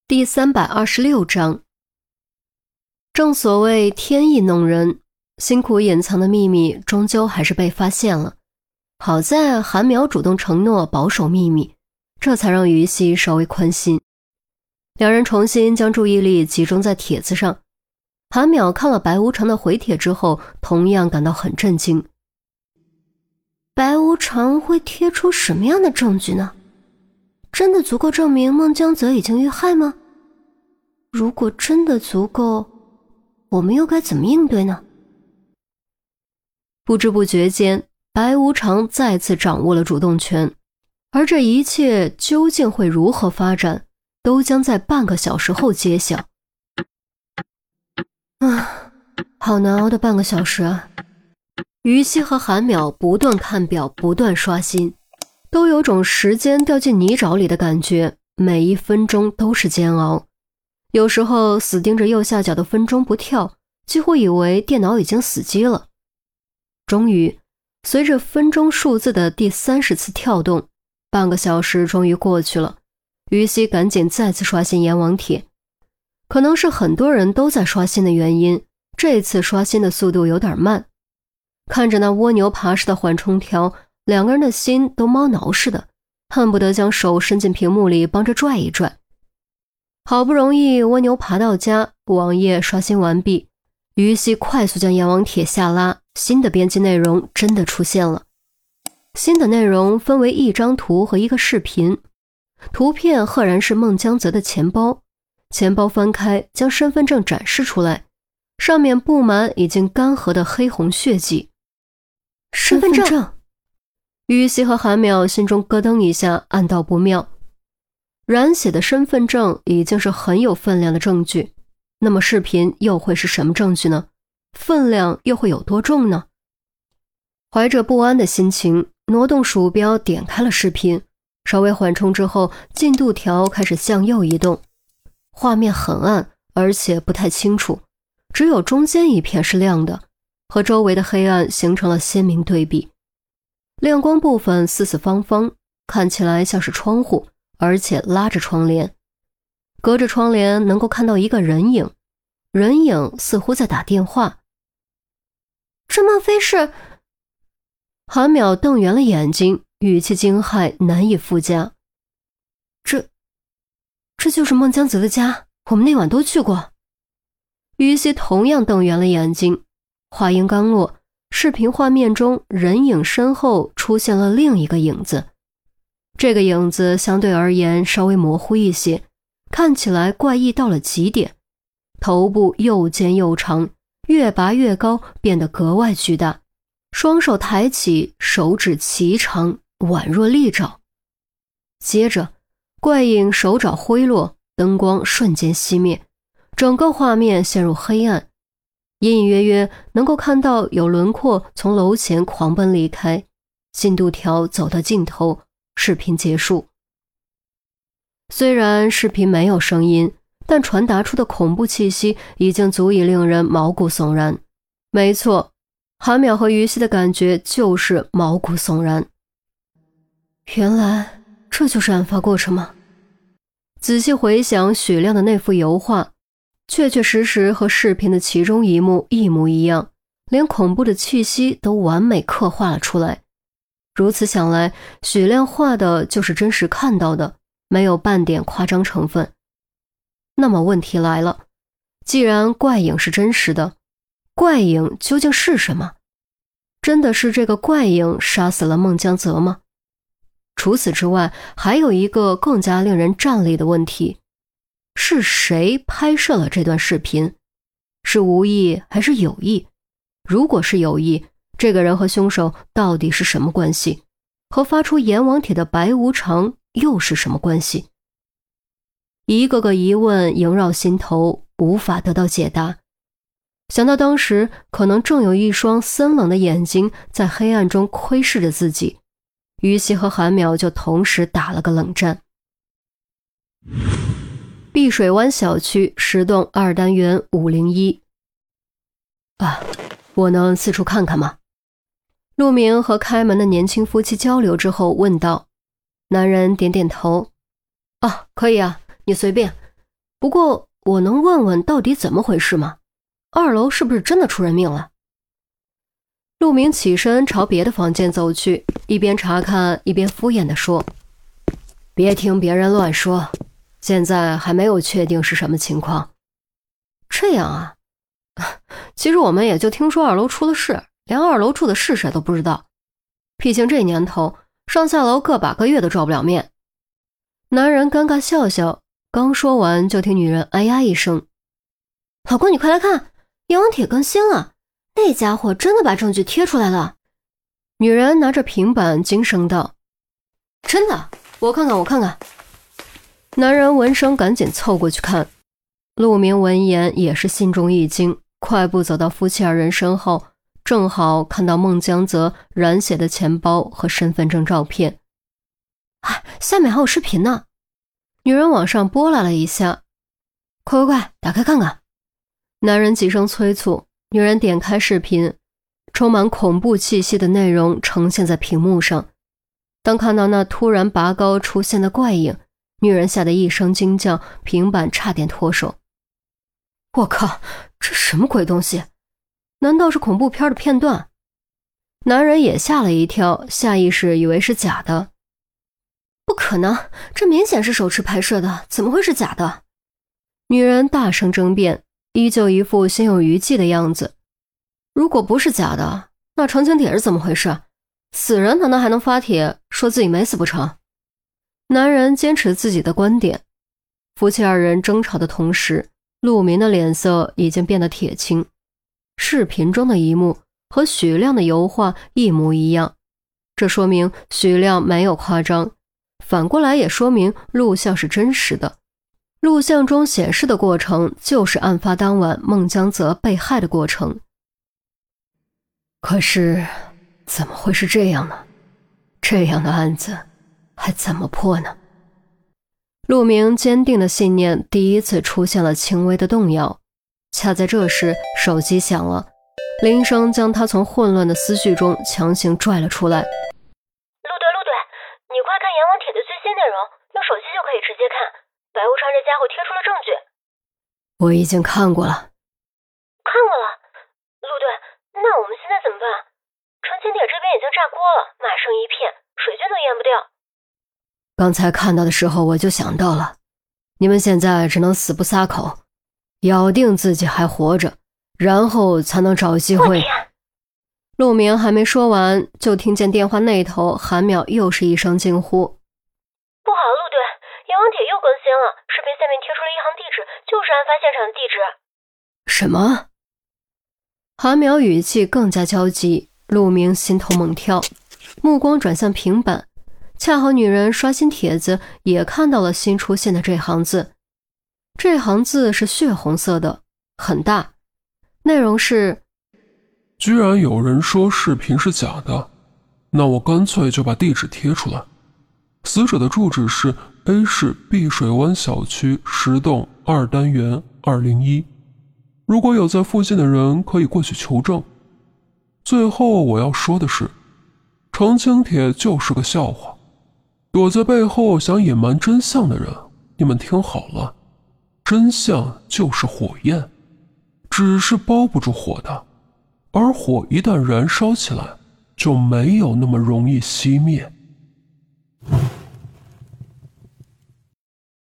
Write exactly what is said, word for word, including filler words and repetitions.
第三百二十六章。正所谓天意弄人，辛苦隐藏的秘密终究还是被发现了。好在韩淼主动承诺保守秘密，这才让于西稍微宽心。两人重新将注意力集中在帖子上。韩淼看了白无常的回帖之后，同样感到很震惊。 白无常会贴出什么样的证据呢？真的足够证明孟姜泽已经遇害吗？如果真的足够，我们又该怎么应对呢？ 不知不觉间，白无常再次掌握了主动权，而这一切究竟会如何发展，都将在半个小时后揭晓。啊，好难熬的半个小时啊！于西和韩淼不断看表，不断刷新，都有种时间掉进泥沼里的感觉，每一分钟都是煎熬。有时候死盯着右下角的分钟不跳，几乎以为电脑已经死机了。终于，随着分钟数字的第三十次跳动，半个小时终于过去了。于西赶紧再次刷新阎王帖，可能是很多人都在刷新的原因，这次刷新的速度有点慢。看着那蜗牛爬式的缓冲条，两个人的心都猫挠似的，恨不得将手伸进屏幕里帮着拽一拽。好不容易蜗牛爬到家，网页刷新完毕，于西快速将阎王帖下拉，新的编辑内容真的出现了。新的内容分为一张图和一个视频，图片赫然是孟姜泽的钱包，钱包翻开将身份证展示出来，上面布满已经干涸的黑红血迹。身份证！于西和韩淼心中咯噔一下，暗道不妙。染血的身份证已经是很有分量的证据，那么视频又会是什么证据呢？分量又会有多重呢？怀着不安的心情，挪动鼠标点开了视频，稍微缓冲之后，进度条开始向右移动。画面很暗，而且不太清楚，只有中间一片是亮的，和周围的黑暗形成了鲜明对比。亮光部分四四方方，看起来像是窗户，而且拉着窗帘，隔着窗帘能够看到一个人影，人影似乎在打电话。 这莫非是…… 韩淼瞪圆了眼睛，语气惊骇难以附加。这这就是孟姜泽的家，我们那晚都去过。于西同样瞪圆了眼睛，话音刚落，视频画面中人影身后出现了另一个影子。这个影子相对而言稍微模糊一些，看起来怪异到了极点，头部又尖又长，越拔越高，变得格外巨大，双手抬起，手指齐长，宛若利爪。接着怪影手爪挥落，灯光瞬间熄灭，整个画面陷入黑暗，隐隐约约能够看到有轮廓从楼前狂奔离开，进度条走到尽头，视频结束。虽然视频没有声音，但传达出的恐怖气息已经足以令人毛骨悚然。没错，韩淼和于西的感觉就是毛骨悚然。原来这就是案发过程吗？仔细回想许亮的那幅油画，确确实实和视频的其中一幕一模一样，连恐怖的气息都完美刻画了出来。如此想来，许亮画的就是真实看到的，没有半点夸张成分。那么问题来了，既然怪影是真实的，怪影究竟是什么？真的是这个怪影杀死了孟姜泽吗？除此之外，还有一个更加令人战栗的问题，是谁拍摄了这段视频？是无意还是有意？如果是有意，这个人和凶手到底是什么关系？和发出阎王帖的白无常又是什么关系？一个个疑问萦绕心头，无法得到解答。想到当时可能正有一双森冷的眼睛在黑暗中窥视着自己，于西和韩淼就同时打了个冷战。碧水湾小区十栋二单元五零一。啊，我能四处看看吗？陆明和开门的年轻夫妻交流之后问道。男人点点头。啊，可以啊，你随便， 不过我能问问到底怎么回事吗？二楼是不是真的出人命了？陆明起身朝别的房间走去，一边查看一边敷衍地说：别听别人乱说，现在还没有确定是什么情况。这样啊，其实我们也就听说二楼出了事，连二楼住的是谁都不知道。毕竟这年头，上下楼个把个月都照不了面。男人尴尬笑笑，刚说完就听女人哎呀一声：老公，你快来看，阎王帖更新了，那家伙真的把证据贴出来了。女人拿着平板惊声道：真的？我看看我看看。男人闻声赶紧凑过去看。陆明闻言也是心中一惊，快步走到夫妻二人身后，正好看到孟江泽染血的钱包和身份证照片。哎，下面还有视频呢。女人往上拨拉了一下，快快快，打开看看。男人几声催促，女人点开视频，充满恐怖气息的内容呈现在屏幕上。当看到那突然拔高出现的怪影，女人吓得一声惊叫，平板差点脱手。我靠，这什么鬼东西？难道是恐怖片的片段？男人也吓了一跳，下意识以为是假的。不可能，这明显是手持拍摄的，怎么会是假的？女人大声争辩，依旧一副心有余悸的样子。如果不是假的，那澄清帖是怎么回事？死人难道还能发帖说自己没死不成？男人坚持自己的观点。夫妻二人争吵的同时，陆明的脸色已经变得铁青。视频中的一幕和许亮的油画一模一样，这说明许亮没有夸张，反过来也说明录像是真实的。录像中显示的过程就是案发当晚孟江泽被害的过程。可是怎么会是这样呢？这样的案子还怎么破呢？陆明坚定的信念第一次出现了轻微的动摇。恰在这时，手机响了，铃声将他从混乱的思绪中强行拽了出来。 陆队陆队，你快看阎王帖的最新内容，用手机就可以直接看，白无常这家伙贴出了证据。 我已经看过了。 看过了？陆队，那我们现在怎么办？澄清帖这边已经炸锅了，骂声一片，水军都淹不掉。 刚才看到的时候我就想到了，你们现在只能死不撒口，咬定自己还活着，然后才能找机会。陆明还没说完，就听见电话那头韩淼又是一声惊呼： 不好，陆队，阎王帖又更新了，视频下面贴出了一行地址，就是案发现场的地址。 什么？韩淼语气更加焦急，陆明心头猛跳，目光转向平板，恰好女人刷新帖子也看到了新出现的这行字。这行字是血红色的，很大，内容是： 居然有人说视频是假的，那我干脆就把地址贴出来。死者的住址是 A 市碧水湾小区十栋二单元二零一，如果有在附近的人可以过去求证。最后我要说的是，澄清帖就是个笑话，躲在背后想隐瞒真相的人，你们听好了，真相就是火焰，只是包不住火的，而火一旦燃烧起来，就没有那么容易熄灭。